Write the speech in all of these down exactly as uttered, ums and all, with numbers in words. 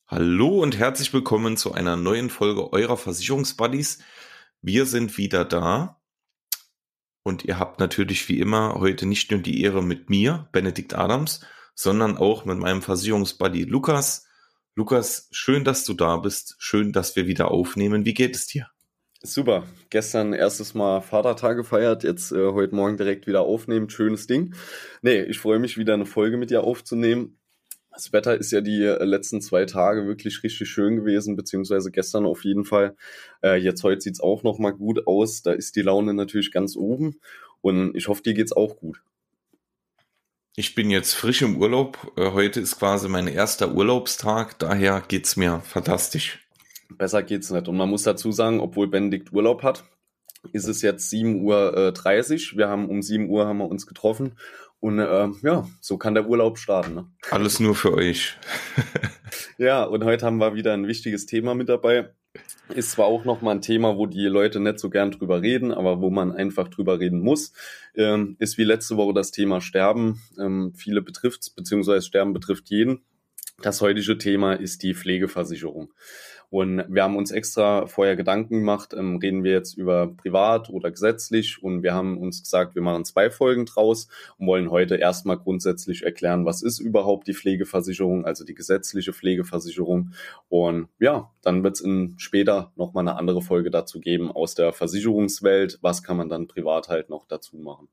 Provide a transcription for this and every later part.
Hallo und herzlich willkommen zu einer neuen Folge eurer Versicherungsbuddies. Wir sind wieder da und ihr habt natürlich wie immer heute nicht nur die Ehre mit mir, Benedikt Adams, sondern auch mit meinem Versicherungsbuddy Lukas. Lukas, schön, dass du da bist. Schön, dass wir wieder aufnehmen. Wie geht es dir? Super. Gestern erstes Mal Vatertag gefeiert, jetzt äh, heute Morgen direkt wieder aufnehmen. Schönes Ding. Nee, ich freue mich wieder eine Folge mit dir aufzunehmen. Das Wetter ist ja die äh, letzten zwei Tage wirklich richtig schön gewesen, beziehungsweise gestern auf jeden Fall. Äh, jetzt heute sieht's auch nochmal gut aus. Da ist die Laune natürlich ganz oben und ich hoffe, dir geht's auch gut. Ich bin jetzt frisch im Urlaub. Äh, Heute ist quasi mein erster Urlaubstag, daher geht's mir fantastisch. Besser geht's nicht. Und man muss dazu sagen, obwohl Benedikt Urlaub hat, ist es jetzt sieben Uhr dreißig. Wir haben um sieben Uhr haben wir uns getroffen. Und äh, ja, so kann der Urlaub starten. Ne? Alles nur für euch. Ja, und heute haben wir wieder ein wichtiges Thema mit dabei. Ist zwar auch nochmal ein Thema, wo die Leute nicht so gern drüber reden, aber wo man einfach drüber reden muss. Ähm, ist wie letzte Woche das Thema Sterben. Ähm, viele betrifft's, beziehungsweise Sterben betrifft jeden. Das heutige Thema ist die Pflegeversicherung. Und wir haben uns extra vorher Gedanken gemacht, ähm, reden wir jetzt über privat oder gesetzlich, und wir haben uns gesagt, wir machen zwei Folgen draus und wollen heute erstmal grundsätzlich erklären, was ist überhaupt die Pflegeversicherung, also die gesetzliche Pflegeversicherung. Und ja, dann wird es später nochmal eine andere Folge dazu geben aus der Versicherungswelt, was kann man dann privat halt noch dazu machen.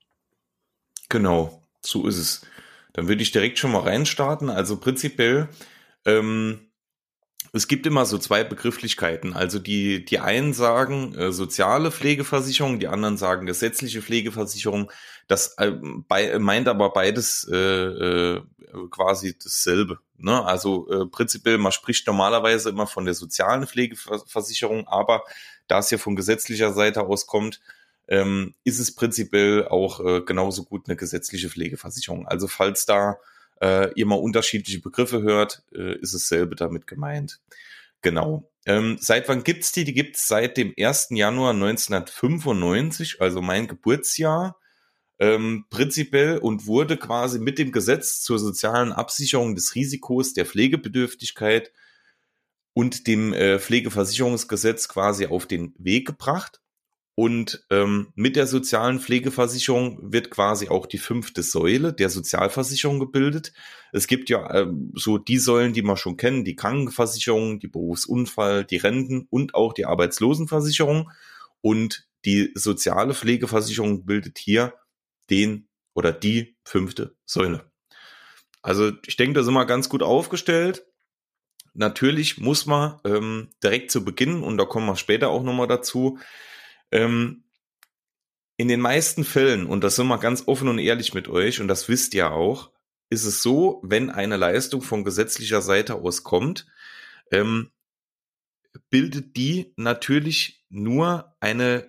Genau, so ist es. Dann würde ich direkt schon mal reinstarten. Also prinzipiell, ähm, es gibt immer so zwei Begrifflichkeiten. Also die, die einen sagen äh, soziale Pflegeversicherung, die anderen sagen gesetzliche Pflegeversicherung. Das äh, bei, meint aber beides äh, äh, quasi dasselbe. Ne? Also äh, prinzipiell, man spricht normalerweise immer von der sozialen Pflegeversicherung, aber da es ja von gesetzlicher Seite aus kommt, ähm, ist es prinzipiell auch äh, genauso gut eine gesetzliche Pflegeversicherung. Also falls da äh, ihr mal unterschiedliche Begriffe hört, äh, ist dasselbe damit gemeint. Genau. Ähm, seit wann gibt's die? Die gibt's seit dem ersten Januar neunzehnhundertfünfundneunzig, also mein Geburtsjahr, ähm, prinzipiell, und wurde quasi mit dem Gesetz zur sozialen Absicherung des Risikos der Pflegebedürftigkeit und dem äh, Pflegeversicherungsgesetz quasi auf den Weg gebracht. Und ähm, mit der sozialen Pflegeversicherung wird quasi auch die fünfte Säule der Sozialversicherung gebildet. Es gibt ja ähm, so die Säulen, die wir schon kennen, die Krankenversicherung, die Berufsunfall, die Renten und auch die Arbeitslosenversicherung. Und die soziale Pflegeversicherung bildet hier den oder die fünfte Säule. Also ich denke, da sind wir ganz gut aufgestellt. Natürlich muss man ähm, direkt zu Beginn, und da kommen wir später auch nochmal dazu, ähm, in den meisten Fällen, und das sind wir ganz offen und ehrlich mit euch, und das wisst ihr auch, ist es so, wenn eine Leistung von gesetzlicher Seite aus kommt, ähm, bildet die natürlich nur eine,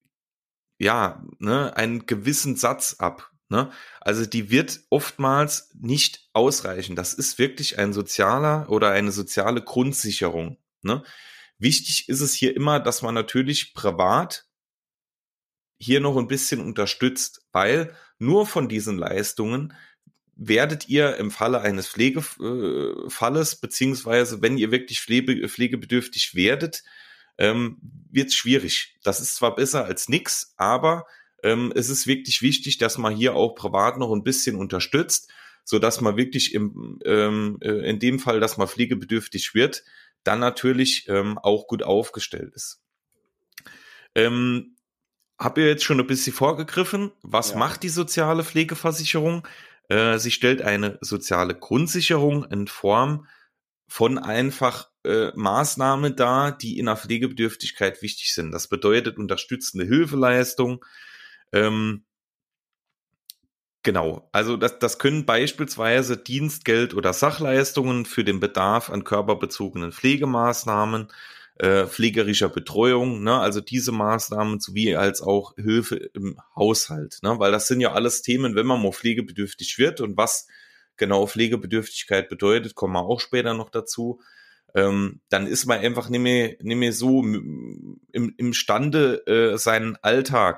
ja, ne, einen gewissen Satz ab. Ne? Also die wird oftmals nicht ausreichen. Das ist wirklich ein sozialer oder eine soziale Grundsicherung. Ne? Wichtig ist es hier immer, dass man natürlich privat hier noch ein bisschen unterstützt, weil nur von diesen Leistungen werdet ihr im Falle eines Pflegefalles, beziehungsweise wenn ihr wirklich pflege, pflegebedürftig werdet, ähm, wird es schwierig. Das ist zwar besser als nix, aber ähm, es ist wirklich wichtig, dass man hier auch privat noch ein bisschen unterstützt, so dass man wirklich im, ähm, äh, in dem Fall, dass man pflegebedürftig wird, dann natürlich ähm, auch gut aufgestellt ist. Ähm, Habe ihr jetzt schon ein bisschen vorgegriffen? Was Ja. macht die soziale Pflegeversicherung? Äh, sie stellt eine soziale Grundsicherung in Form von einfach äh, Maßnahmen dar, die in der Pflegebedürftigkeit wichtig sind. Das bedeutet unterstützende Hilfeleistung. Ähm, genau, also das, das können beispielsweise Dienstgeld oder Sachleistungen für den Bedarf an körperbezogenen Pflegemaßnahmen, äh, pflegerischer Betreuung, ne, also diese Maßnahmen sowie als auch Hilfe im Haushalt, ne, weil das sind ja alles Themen, wenn man mal pflegebedürftig wird, und was genau Pflegebedürftigkeit bedeutet, kommen wir auch später noch dazu, ähm, dann ist man einfach nicht mehr, nicht mehr so im, im Stande, äh, seinen Alltag,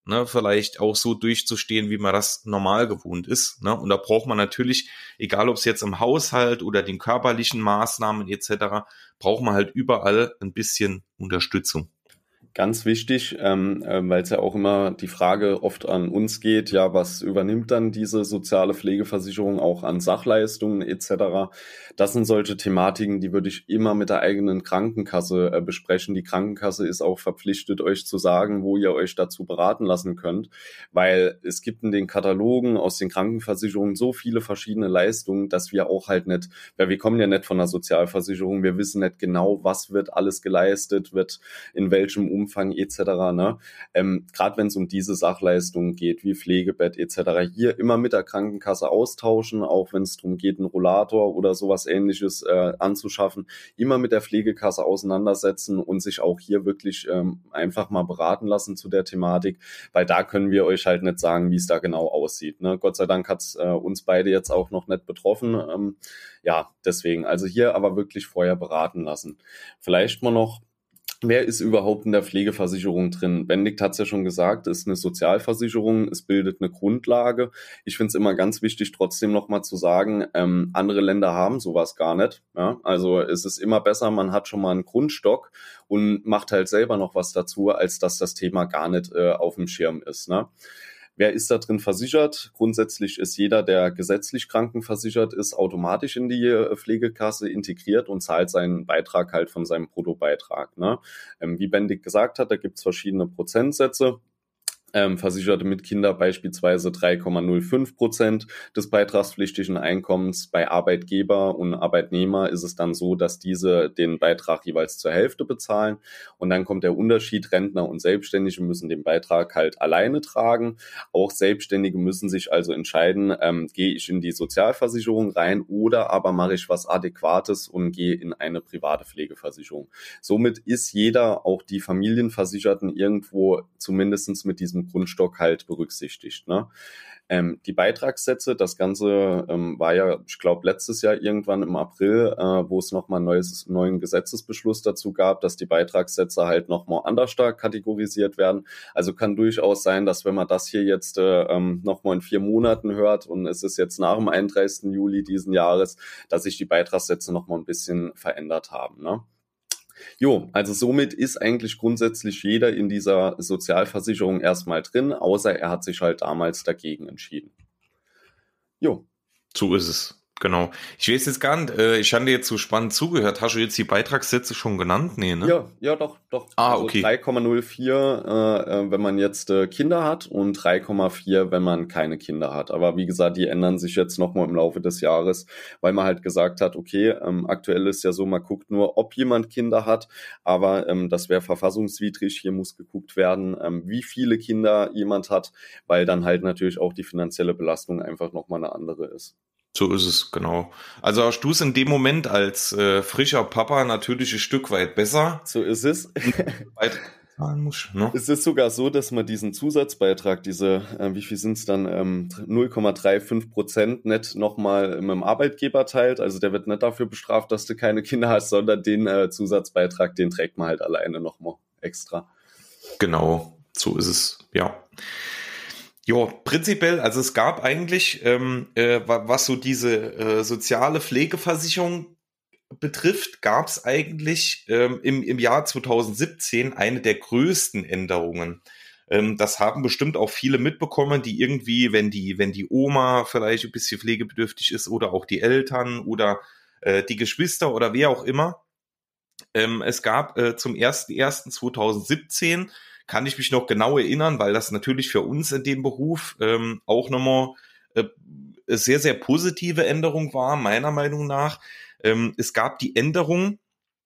ne, vielleicht auch so durchzustehen, wie man das normal gewohnt ist. Ne? Und da braucht man natürlich, egal ob es jetzt im Haushalt oder den körperlichen Maßnahmen et cetera, braucht man halt überall ein bisschen Unterstützung. Ganz wichtig, ähm, äh, weil es ja auch immer die Frage oft an uns geht, ja, was übernimmt dann diese soziale Pflegeversicherung auch an Sachleistungen et cetera. Das sind solche Thematiken, die würde ich immer mit der eigenen Krankenkasse äh, besprechen. Die Krankenkasse ist auch verpflichtet, euch zu sagen, wo ihr euch dazu beraten lassen könnt, weil es gibt in den Katalogen aus den Krankenversicherungen so viele verschiedene Leistungen, dass wir auch halt nicht, weil wir kommen ja nicht von der Sozialversicherung, wir wissen nicht genau, was wird alles geleistet, wird in welchem Umfang Umfang et cetera. Ne? Ähm, Gerade wenn es um diese Sachleistungen geht, wie Pflegebett et cetera, hier immer mit der Krankenkasse austauschen, auch wenn es darum geht, einen Rollator oder sowas Ähnliches äh, anzuschaffen, immer mit der Pflegekasse auseinandersetzen und sich auch hier wirklich ähm, einfach mal beraten lassen zu der Thematik, weil da können wir euch halt nicht sagen, wie es da genau aussieht. Ne? Gott sei Dank hat es äh, uns beide jetzt auch noch nicht betroffen. Ähm, ja, deswegen, also hier aber wirklich vorher beraten lassen. Vielleicht mal noch, wer ist überhaupt in der Pflegeversicherung drin? Benedikt hat es ja schon gesagt, es ist eine Sozialversicherung, es bildet eine Grundlage. Ich finde es immer ganz wichtig, trotzdem nochmal zu sagen, ähm, andere Länder haben sowas gar nicht. Ja? Also es ist immer besser, man hat schon mal einen Grundstock und macht halt selber noch was dazu, als dass das Thema gar nicht äh, auf dem Schirm ist. Ne? Wer ist da drin versichert? Grundsätzlich ist jeder, der gesetzlich krankenversichert ist, automatisch in die Pflegekasse integriert und zahlt seinen Beitrag halt von seinem Bruttobeitrag. Ne? Ähm, wie Benedikt gesagt hat, da gibt es verschiedene Prozentsätze. Ähm, Versicherte mit Kindern beispielsweise drei Komma null fünf Prozent des beitragspflichtigen Einkommens. Bei Arbeitgeber und Arbeitnehmer ist es dann so, dass diese den Beitrag jeweils zur Hälfte bezahlen. Und dann kommt der Unterschied, Rentner und Selbstständige müssen den Beitrag halt alleine tragen. Auch Selbstständige müssen sich also entscheiden, ähm, gehe ich in die Sozialversicherung rein oder aber mache ich was Adäquates und gehe in eine private Pflegeversicherung. Somit ist jeder, auch die Familienversicherten, irgendwo zumindest mit diesem Grundstock halt berücksichtigt. Ne? Ähm, die Beitragssätze, das Ganze ähm, war ja, ich glaube, letztes Jahr irgendwann im April, äh, wo es nochmal einen neuen Gesetzesbeschluss dazu gab, dass die Beitragssätze halt nochmal anders stark kategorisiert werden. Also kann durchaus sein, dass wenn man das hier jetzt äh, nochmal in vier Monaten hört und es ist jetzt nach dem einunddreißigsten Juli diesen Jahres, dass sich die Beitragssätze nochmal ein bisschen verändert haben. Ne? Jo, also somit ist eigentlich grundsätzlich jeder in dieser Sozialversicherung erstmal drin, außer er hat sich halt damals dagegen entschieden. Jo. So ist es, genau. Ich weiß jetzt gar nicht, äh, ich hatte jetzt so spannend zugehört. Hast du jetzt die Beitragssätze schon genannt? Nee, ne? Ja, ja, doch, doch. Ah, also okay. drei Komma null vier, äh, wenn man jetzt äh, Kinder hat und drei Komma vier, wenn man keine Kinder hat. Aber wie gesagt, die ändern sich jetzt nochmal im Laufe des Jahres, weil man halt gesagt hat, okay, ähm, aktuell ist ja so, man guckt nur, ob jemand Kinder hat, aber ähm, das wäre verfassungswidrig. Hier muss geguckt werden, ähm, wie viele Kinder jemand hat, weil dann halt natürlich auch die finanzielle Belastung einfach nochmal eine andere ist. So ist es, genau. Also hast du es in dem Moment als äh, frischer Papa natürlich ein Stück weit besser. So ist es. Muss, ne? Es ist sogar so, dass man diesen Zusatzbeitrag, diese, äh, wie viel sind es dann, ähm, null Komma fünfunddreißig Prozent nicht nochmal mit dem Arbeitgeber teilt. Also der wird nicht dafür bestraft, dass du keine Kinder hast, sondern den äh, Zusatzbeitrag, den trägt man halt alleine nochmal extra. Genau, so ist es, ja. Ja, prinzipiell, also es gab eigentlich, ähm, äh, was so diese äh, soziale Pflegeversicherung betrifft, gab es eigentlich ähm, im, im Jahr zweitausendsiebzehn eine der größten Änderungen. Ähm, das haben bestimmt auch viele mitbekommen, die irgendwie, wenn die, wenn die Oma vielleicht ein bisschen pflegebedürftig ist oder auch die Eltern oder äh, die Geschwister oder wer auch immer. Ähm, es gab äh, zum ersten ersten zweitausendsiebzehn, kann ich mich noch genau erinnern, weil das natürlich für uns in dem Beruf ähm, auch nochmal äh, sehr, sehr positive Änderung war, meiner Meinung nach. Ähm, es gab die Änderung,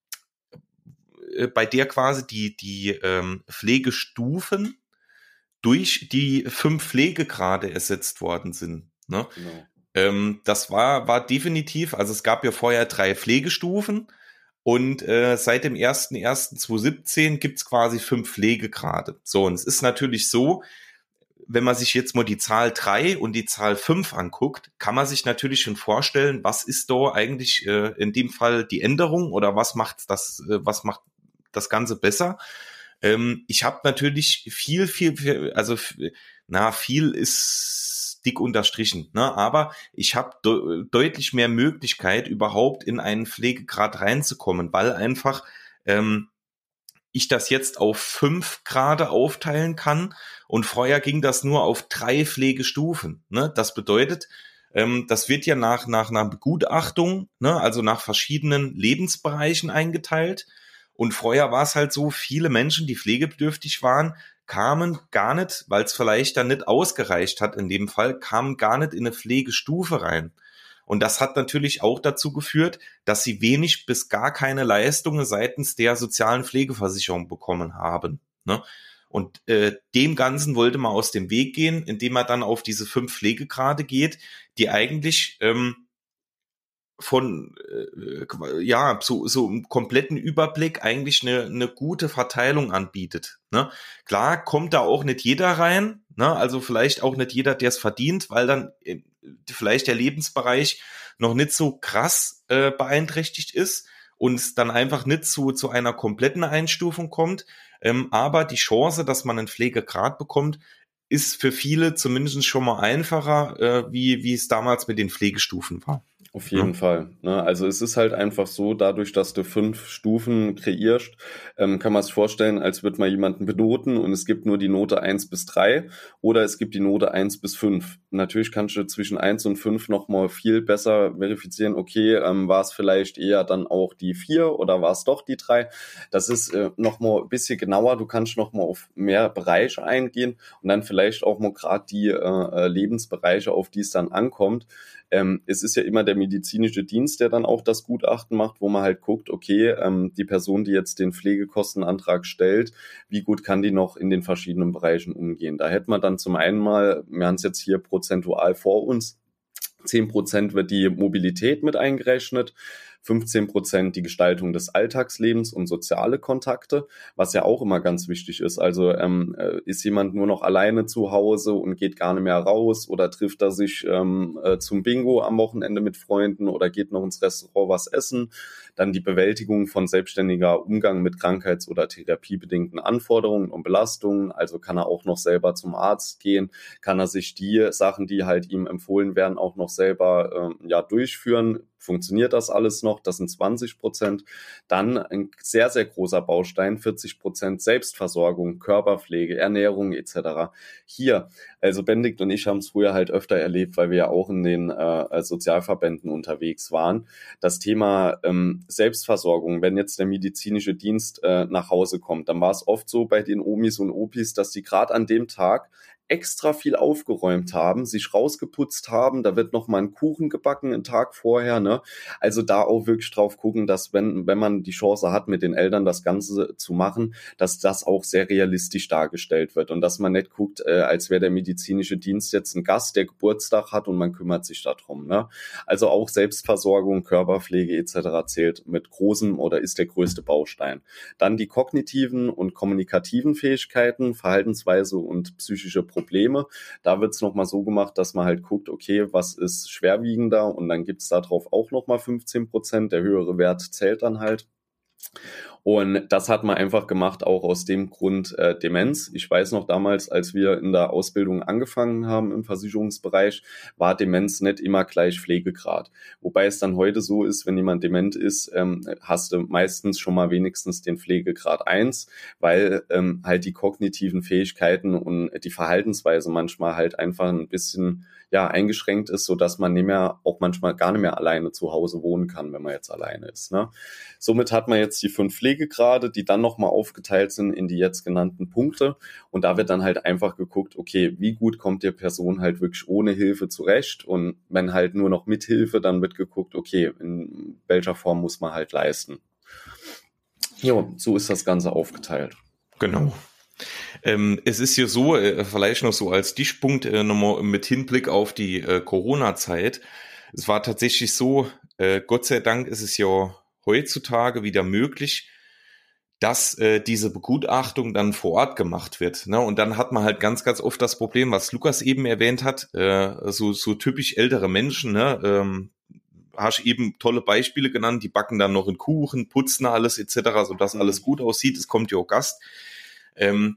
äh, bei der quasi die, die ähm, Pflegestufen durch die fünf Pflegegrade ersetzt worden sind. Ne? Genau. Ähm, das war, war definitiv, also es gab ja vorher drei Pflegestufen. Und äh, seit dem ersten ersten zweitausendsiebzehn gibt's quasi fünf Pflegegrade. So, und es ist natürlich so, wenn man sich jetzt mal die Zahl drei und die Zahl fünf anguckt, kann man sich natürlich schon vorstellen, was ist da eigentlich äh, in dem Fall die Änderung oder was macht das, äh, was macht das Ganze besser? Ähm, ich habe natürlich viel, viel, viel, also na, viel ist dick unterstrichen, ne? Aber ich habe de- deutlich mehr Möglichkeit, überhaupt in einen Pflegegrad reinzukommen, weil einfach ähm, ich das jetzt auf fünf Grade aufteilen kann und vorher ging das nur auf drei Pflegestufen. Ne? Das bedeutet, ähm, das wird ja nach, nach einer Begutachtung, ne? Also nach verschiedenen Lebensbereichen eingeteilt. Und vorher war es halt so, viele Menschen, die pflegebedürftig waren, kamen gar nicht, weil es vielleicht dann nicht ausgereicht hat in dem Fall, kamen gar nicht in eine Pflegestufe rein. Und das hat natürlich auch dazu geführt, dass sie wenig bis gar keine Leistungen seitens der sozialen Pflegeversicherung bekommen haben. Ne? Und äh, dem Ganzen wollte man aus dem Weg gehen, indem man dann auf diese fünf Pflegegrade geht, die eigentlich ähm, von äh, ja so so einen kompletten Überblick eigentlich eine eine gute Verteilung anbietet. Ne? Klar kommt da auch nicht jeder rein, ne? Also vielleicht auch nicht jeder, der es verdient, weil dann äh, vielleicht der Lebensbereich noch nicht so krass äh, beeinträchtigt ist und es dann einfach nicht zu zu einer kompletten Einstufung kommt. Ähm, aber die Chance, dass man einen Pflegegrad bekommt, ist für viele zumindest schon mal einfacher, äh, wie wie es damals mit den Pflegestufen war. Auf Ne? jeden Fall. Ne? Also es ist halt einfach so, dadurch, dass du fünf Stufen kreierst, ähm, kann man es vorstellen, als würde man jemanden benoten und es gibt nur die Note eins bis drei oder es gibt die Note eins bis fünf. Natürlich kannst du zwischen eins und fünf nochmal viel besser verifizieren, okay, ähm, war es vielleicht eher dann auch die vier oder war es doch die drei. Das ist äh, nochmal ein bisschen genauer, du kannst nochmal auf mehr Bereiche eingehen und dann vielleicht auch mal gerade die äh, Lebensbereiche, auf die es dann ankommt. Ähm, es ist ja immer der medizinische Dienst, der dann auch das Gutachten macht, wo man halt guckt, okay, ähm, die Person, die jetzt den Pflegekostenantrag stellt, wie gut kann die noch in den verschiedenen Bereichen umgehen? Da hätte man dann zum einen mal, wir haben es jetzt hier prozentual vor uns, zehn Prozent wird die Mobilität mit eingerechnet, fünfzehn Prozent die Gestaltung des Alltagslebens und soziale Kontakte, was ja auch immer ganz wichtig ist. Also ähm, ist jemand nur noch alleine zu Hause und geht gar nicht mehr raus oder trifft er sich ähm, äh, zum Bingo am Wochenende mit Freunden oder geht noch ins Restaurant was essen. Dann die Bewältigung von selbstständiger Umgang mit krankheits- oder therapiebedingten Anforderungen und Belastungen. Also kann er auch noch selber zum Arzt gehen, kann er sich die Sachen, die halt ihm empfohlen werden, auch noch selber ähm, ja durchführen. Funktioniert das alles noch? Das sind zwanzig Prozent. Dann ein sehr, sehr großer Baustein, vierzig Prozent Selbstversorgung, Körperpflege, Ernährung et cetera. Hier, also Benedikt und ich haben es früher halt öfter erlebt, weil wir ja auch in den äh, Sozialverbänden unterwegs waren. Das Thema ähm, Selbstversorgung, wenn jetzt der medizinische Dienst äh, nach Hause kommt, dann war es oft so bei den Omis und Opis, dass die gerade an dem Tag extra viel aufgeräumt haben, sich rausgeputzt haben, da wird noch mal ein Kuchen gebacken einen Tag vorher, ne? Also da auch wirklich drauf gucken, dass wenn wenn man die Chance hat, mit den Eltern das Ganze zu machen, dass das auch sehr realistisch dargestellt wird und dass man nicht guckt, äh, als wäre der medizinische Dienst jetzt ein Gast, der Geburtstag hat und man kümmert sich darum, ne? Also auch Selbstversorgung, Körperpflege et cetera zählt mit großem oder ist der größte Baustein. Dann die kognitiven und kommunikativen Fähigkeiten, Verhaltensweise und psychische Probleme. Probleme. Da wird es nochmal so gemacht, dass man halt guckt, okay, was ist schwerwiegender und dann gibt es darauf auch nochmal fünfzehn Prozent. Der höhere Wert zählt dann halt. Und das hat man einfach gemacht, auch aus dem Grund äh, Demenz. Ich weiß noch damals, als wir in der Ausbildung angefangen haben im Versicherungsbereich, war Demenz nicht immer gleich Pflegegrad. Wobei es dann heute so ist, wenn jemand dement ist, ähm, hast du meistens schon mal wenigstens den Pflegegrad eins, weil ähm, halt die kognitiven Fähigkeiten und die Verhaltensweise manchmal halt einfach ein bisschen ja eingeschränkt ist, sodass man nicht mehr, auch manchmal gar nicht mehr alleine zu Hause wohnen kann, wenn man jetzt alleine ist. Ne? Somit hat man jetzt die fünf Pflegegrade, die dann nochmal aufgeteilt sind in die jetzt genannten Punkte. Und da wird dann halt einfach geguckt, okay, wie gut kommt die Person halt wirklich ohne Hilfe zurecht? Und wenn halt nur noch mit Hilfe, dann wird geguckt, okay, in welcher Form muss man halt leisten. Ja, so ist das Ganze aufgeteilt. Genau. Ähm, es ist hier so, äh, vielleicht noch so als Stichpunkt äh, nochmal mit Hinblick auf die äh, Corona-Zeit. Es war tatsächlich so, äh, Gott sei Dank ist es ja heutzutage wieder möglich, dass äh, diese Begutachtung dann vor Ort gemacht wird. Ne? Und dann hat man halt ganz, ganz oft das Problem, was Lukas eben erwähnt hat, äh, so, so typisch ältere Menschen, ne? ähm, hast eben tolle Beispiele genannt, die backen dann noch einen Kuchen, putzen alles et cetera, sodass alles gut aussieht, es kommt ja auch Gast. ähm,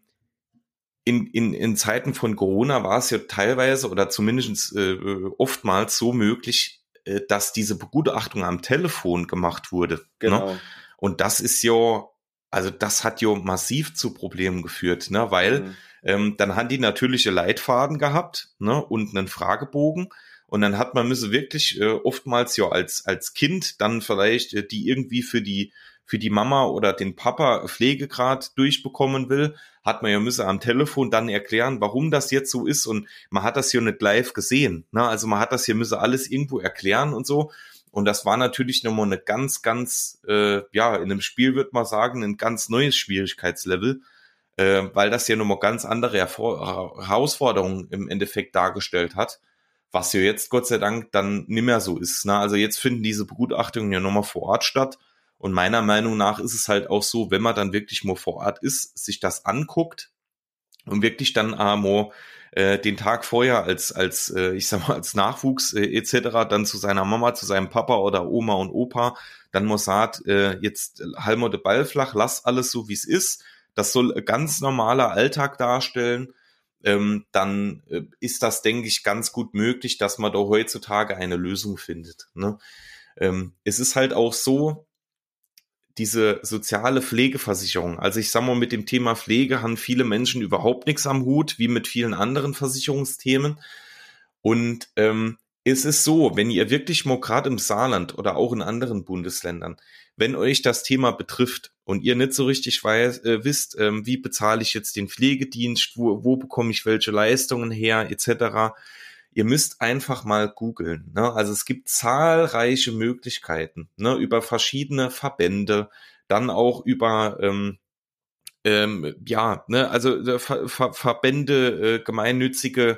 in, in, in Zeiten von Corona war es ja teilweise oder zumindest äh, oftmals so möglich, äh, dass diese Begutachtung am Telefon gemacht wurde. Genau. Ne? Und das ist ja, also das hat ja massiv zu Problemen geführt, ne? Weil Mhm. ähm, dann haben die natürliche Leitfaden gehabt, ne? Und einen Fragebogen. Und dann hat man müsse wirklich äh, oftmals ja als als Kind dann vielleicht äh, die irgendwie für die für die Mama oder den Papa Pflegegrad durchbekommen will, hat man ja müsse am Telefon dann erklären, warum das jetzt so ist, und man hat das hier nicht live gesehen, ne? Also man hat das hier müsse alles irgendwo erklären und so, und das war natürlich nochmal eine ganz, ganz, äh, ja, in einem Spiel würde man sagen, ein ganz neues Schwierigkeitslevel, äh, weil das ja nochmal ganz andere Hervor- Herausforderungen im Endeffekt dargestellt hat, was ja jetzt Gott sei Dank dann nicht mehr so ist, ne? Also jetzt finden diese Begutachtungen ja nochmal vor Ort statt. Und meiner Meinung nach ist es halt auch so, wenn man dann wirklich mal vor Ort ist, sich das anguckt und wirklich dann äh, mal äh, den Tag vorher als, als äh, ich sag mal, als Nachwuchs äh, et cetera dann zu seiner Mama, zu seinem Papa oder Oma und Opa dann mal sagt, äh, jetzt halten wir den Ball flach, lass alles so, wie es ist. Das soll ein ganz normaler Alltag darstellen. Ähm, dann äh, ist das, denke ich, ganz gut möglich, dass man da heutzutage eine Lösung findet, ne? Ähm, es ist halt auch so, diese soziale Pflegeversicherung. Also ich sag mal, mit dem Thema Pflege haben viele Menschen überhaupt nichts am Hut, wie mit vielen anderen Versicherungsthemen. Und ähm, es ist so, wenn ihr wirklich mal gerade im Saarland oder auch in anderen Bundesländern, wenn euch das Thema betrifft und ihr nicht so richtig weiß, äh, wisst, ähm, wie bezahle ich jetzt den Pflegedienst, wo, wo bekomme ich welche Leistungen her, et cetera, ihr müsst einfach mal googeln, ne? Also es gibt zahlreiche Möglichkeiten, ne? Über verschiedene Verbände, dann auch über ähm, ähm, ja, ne? Also äh, Ver Ver Verbände, äh, gemeinnützige,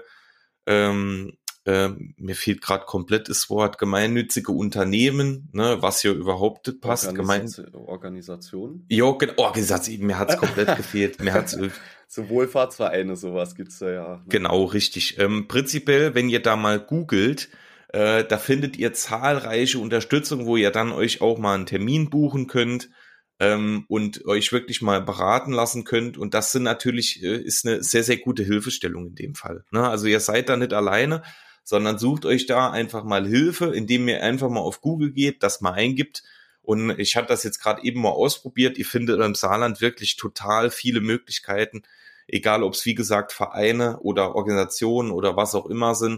ähm, ähm, mir fehlt gerade komplett das Wort, gemeinnützige Unternehmen, ne? Was ja überhaupt nicht passt. Gemein Organisation. Organisation? ja, genau, Organisation, mir hat's komplett gefehlt, mir hat's äh, So Wohlfahrtsvereine, sowas gibt's da ja. Ne? Genau, richtig. Ähm, prinzipiell, wenn ihr da mal googelt, äh, da findet ihr zahlreiche Unterstützung, wo ihr dann euch auch mal einen Termin buchen könnt, ähm, und euch wirklich mal beraten lassen könnt. Und das sind natürlich, äh, ist eine sehr, sehr gute Hilfestellung in dem Fall, ne? Also ihr seid da nicht alleine, sondern sucht euch da einfach mal Hilfe, indem ihr einfach mal auf Google geht, das mal eingibt. Und ich habe das jetzt gerade eben mal ausprobiert. Ihr findet im Saarland wirklich total viele Möglichkeiten, egal ob es wie gesagt Vereine oder Organisationen oder was auch immer sind,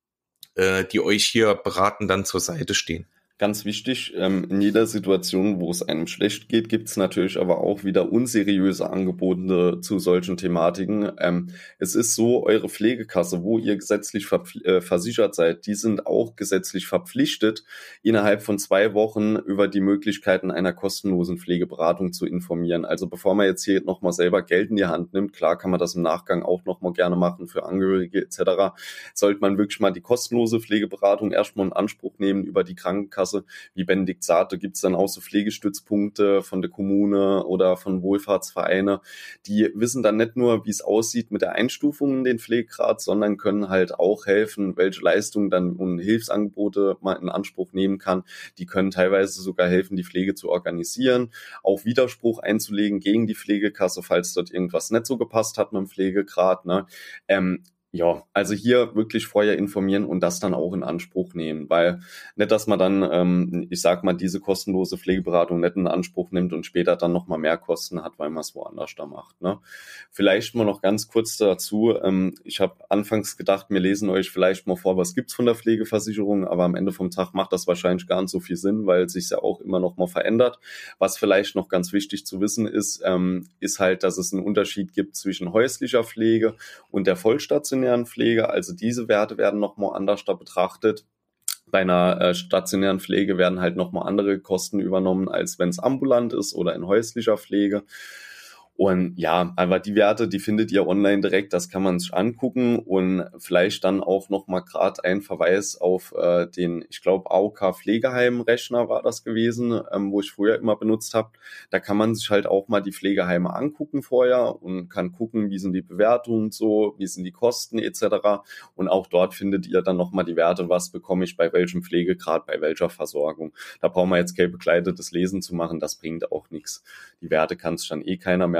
äh, die euch hier beraten dann zur Seite stehen. Ganz wichtig, ähm, in jeder Situation, wo es einem schlecht geht, gibt es natürlich aber auch wieder unseriöse Angebote zu solchen Thematiken. Ähm, es ist so, eure Pflegekasse, wo ihr gesetzlich äh, versichert seid, die sind auch gesetzlich verpflichtet, innerhalb von zwei Wochen über die Möglichkeiten einer kostenlosen Pflegeberatung zu informieren. Also bevor man jetzt hier nochmal selber Geld in die Hand nimmt, klar kann man das im Nachgang auch nochmal gerne machen für Angehörige et cetera, sollte man wirklich mal die kostenlose Pflegeberatung erstmal in Anspruch nehmen über die Krankenkasse. Wie Benedikt sagte, gibt es dann auch so Pflegestützpunkte von der Kommune oder von Wohlfahrtsvereine. Die wissen dann nicht nur, wie es aussieht mit der Einstufung in den Pflegegrad, sondern können halt auch helfen, welche Leistungen dann und Hilfsangebote man in Anspruch nehmen kann. Die können teilweise sogar helfen, die Pflege zu organisieren, auch Widerspruch einzulegen gegen die Pflegekasse, falls dort irgendwas nicht so gepasst hat mit dem Pflegegrad, ne? Ähm, Ja, also hier wirklich vorher informieren und das dann auch in Anspruch nehmen, weil nicht, dass man dann, ähm, ich sag mal, diese kostenlose Pflegeberatung nicht in Anspruch nimmt und später dann nochmal mehr Kosten hat, weil man es woanders da macht, ne? Vielleicht mal noch ganz kurz dazu, ähm, ich habe anfangs gedacht, wir lesen euch vielleicht mal vor, was gibt's von der Pflegeversicherung, aber am Ende vom Tag macht das wahrscheinlich gar nicht so viel Sinn, weil es sich ja auch immer noch mal verändert. Was vielleicht noch ganz wichtig zu wissen ist, ähm, ist halt, dass es einen Unterschied gibt zwischen häuslicher Pflege und der vollstationären Pflege, also diese Werte werden nochmal anders da betrachtet. Bei einer äh, stationären Pflege werden halt nochmal andere Kosten übernommen, als wenn es ambulant ist oder in häuslicher Pflege. Und ja, aber die Werte, die findet ihr online direkt, das kann man sich angucken und vielleicht dann auch nochmal gerade ein Verweis auf äh, den, ich glaube, A O K-Pflegeheim-Rechner war das gewesen, ähm, wo ich früher immer benutzt habe. Da kann man sich halt auch mal die Pflegeheime angucken vorher und kann gucken, wie sind die Bewertungen so, wie sind die Kosten et cetera. Und auch dort findet ihr dann nochmal die Werte, was bekomme ich bei welchem Pflegegrad, bei welcher Versorgung. Da brauchen wir jetzt kein begleitetes Lesen zu machen, das bringt auch nichts. Die Werte kann sich dann eh keiner merken.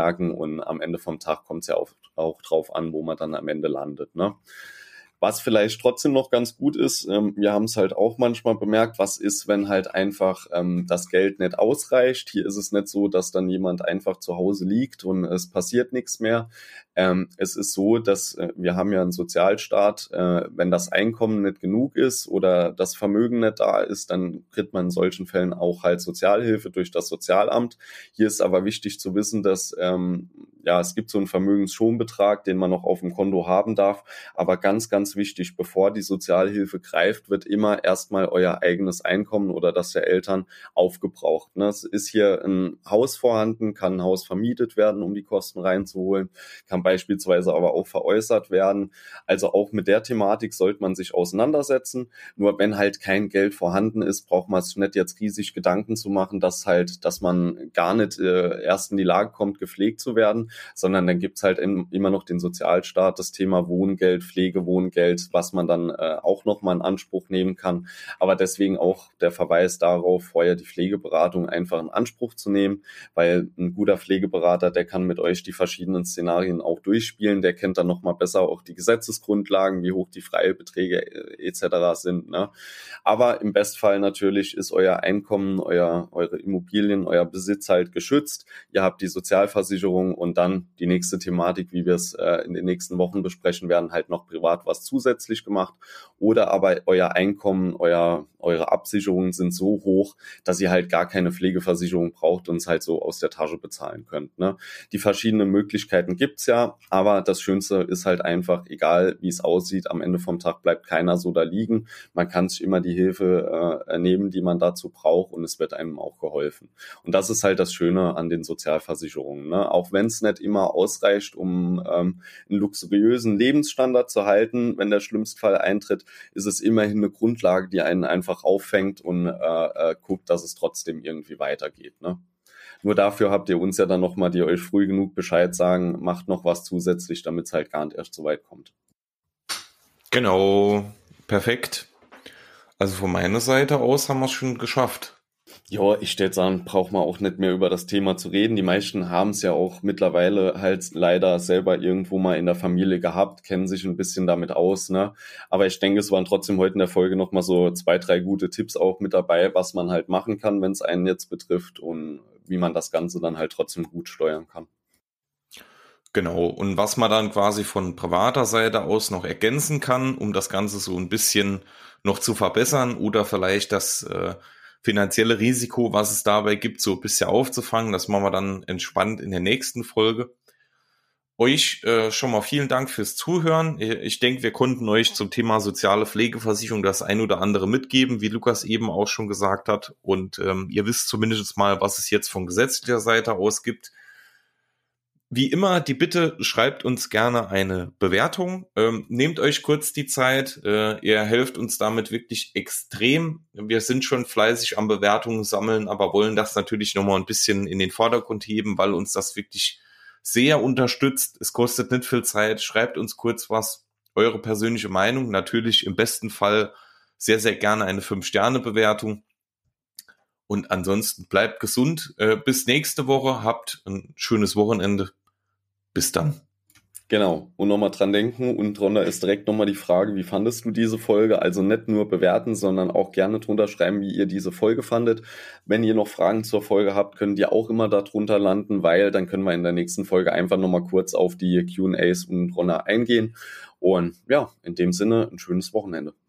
merken und am Ende vom Tag kommt es ja auch, auch drauf an, wo man dann am Ende landet, ne? Was vielleicht trotzdem noch ganz gut ist, ähm, wir haben es halt auch manchmal bemerkt, was ist, wenn halt einfach ähm, das Geld nicht ausreicht. Hier ist es nicht so, dass dann jemand einfach zu Hause liegt und es passiert nichts mehr. Ähm, es ist so, dass äh, wir haben ja einen Sozialstaat, äh, wenn das Einkommen nicht genug ist oder das Vermögen nicht da ist, dann kriegt man in solchen Fällen auch halt Sozialhilfe durch das Sozialamt. Hier ist aber wichtig zu wissen, dass ähm, ja, es gibt so einen Vermögensschonbetrag, den man noch auf dem Konto haben darf, aber ganz, ganz wichtig, bevor die Sozialhilfe greift, wird immer erstmal euer eigenes Einkommen oder das der Eltern aufgebraucht. Ne? Es ist hier ein Haus vorhanden, kann ein Haus vermietet werden, um die Kosten reinzuholen, kann beispielsweise aber auch veräußert werden. Also auch mit der Thematik sollte man sich auseinandersetzen. Nur wenn halt kein Geld vorhanden ist, braucht man sich nicht jetzt riesig Gedanken zu machen, dass halt, dass man gar nicht äh, erst in die Lage kommt, gepflegt zu werden, sondern dann gibt's halt in, immer noch den Sozialstaat, das Thema Wohngeld, Pflegewohngeld, was man dann äh, auch nochmal in Anspruch nehmen kann. Aber deswegen auch der Verweis darauf, vorher die Pflegeberatung einfach in Anspruch zu nehmen, weil ein guter Pflegeberater, der kann mit euch die verschiedenen Szenarien auch durchspielen, der kennt dann nochmal besser auch die Gesetzesgrundlagen, wie hoch die Freibeträge et cetera sind. Ne? Aber im Bestfall natürlich ist euer Einkommen, euer, eure Immobilien, euer Besitz halt geschützt. Ihr habt die Sozialversicherung und dann die nächste Thematik, wie wir es äh, in den nächsten Wochen besprechen werden, halt noch privat was zusätzlich gemacht. Oder aber euer Einkommen, euer, eure Absicherungen sind so hoch, dass ihr halt gar keine Pflegeversicherung braucht und es halt so aus der Tasche bezahlen könnt. Ne? Die verschiedenen Möglichkeiten gibt's ja, aber das Schönste ist halt einfach, egal wie es aussieht, am Ende vom Tag bleibt keiner so da liegen. Man kann sich immer die Hilfe äh, nehmen, die man dazu braucht und es wird einem auch geholfen. Und das ist halt das Schöne an den Sozialversicherungen. Ne? Auch wenn es nicht immer ausreicht, um ähm, einen luxuriösen Lebensstandard zu halten, wenn der Schlimmstfall eintritt, ist es immerhin eine Grundlage, die einen einfach auffängt und äh, äh, guckt, dass es trotzdem irgendwie weitergeht. Ne? Nur dafür habt ihr uns ja dann nochmal, die euch früh genug Bescheid sagen, macht noch was zusätzlich, damit es halt gar nicht erst so weit kommt. Genau, perfekt. Also von meiner Seite aus haben wir es schon geschafft. Ja, ich stelle sagen, braucht man auch nicht mehr über das Thema zu reden. Die meisten haben es ja auch mittlerweile halt leider selber irgendwo mal in der Familie gehabt, kennen sich ein bisschen damit aus, ne? Aber ich denke, es waren trotzdem heute in der Folge nochmal so zwei, drei gute Tipps auch mit dabei, was man halt machen kann, wenn es einen jetzt betrifft und wie man das Ganze dann halt trotzdem gut steuern kann. Genau, und was man dann quasi von privater Seite aus noch ergänzen kann, um das Ganze so ein bisschen noch zu verbessern oder vielleicht das äh, finanzielle Risiko, was es dabei gibt, so ein bisschen aufzufangen. Das machen wir dann entspannt in der nächsten Folge. Euch äh, schon mal vielen Dank fürs Zuhören. Ich denke, wir konnten euch zum Thema soziale Pflegeversicherung das ein oder andere mitgeben, wie Lukas eben auch schon gesagt hat. Und ähm, ihr wisst zumindest mal, was es jetzt von gesetzlicher Seite aus gibt. Wie immer, die Bitte, schreibt uns gerne eine Bewertung. Ähm, nehmt euch kurz die Zeit. Äh, ihr helft uns damit wirklich extrem. Wir sind schon fleißig am Bewertungen sammeln, aber wollen das natürlich nochmal ein bisschen in den Vordergrund heben, weil uns das wirklich sehr unterstützt. Es kostet nicht viel Zeit. Schreibt uns kurz was, eure persönliche Meinung. Natürlich im besten Fall sehr, sehr gerne eine fünf Sterne Bewertung. Und ansonsten bleibt gesund. Äh, bis nächste Woche. Habt ein schönes Wochenende. Bis dann. Genau. Und nochmal dran denken. Und drunter ist direkt nochmal die Frage, wie fandest du diese Folge? Also nicht nur bewerten, sondern auch gerne drunter schreiben, wie ihr diese Folge fandet. Wenn ihr noch Fragen zur Folge habt, könnt ihr auch immer da drunter landen, weil dann können wir in der nächsten Folge einfach nochmal kurz auf die Q und A's und drunter eingehen. Und ja, in dem Sinne, ein schönes Wochenende.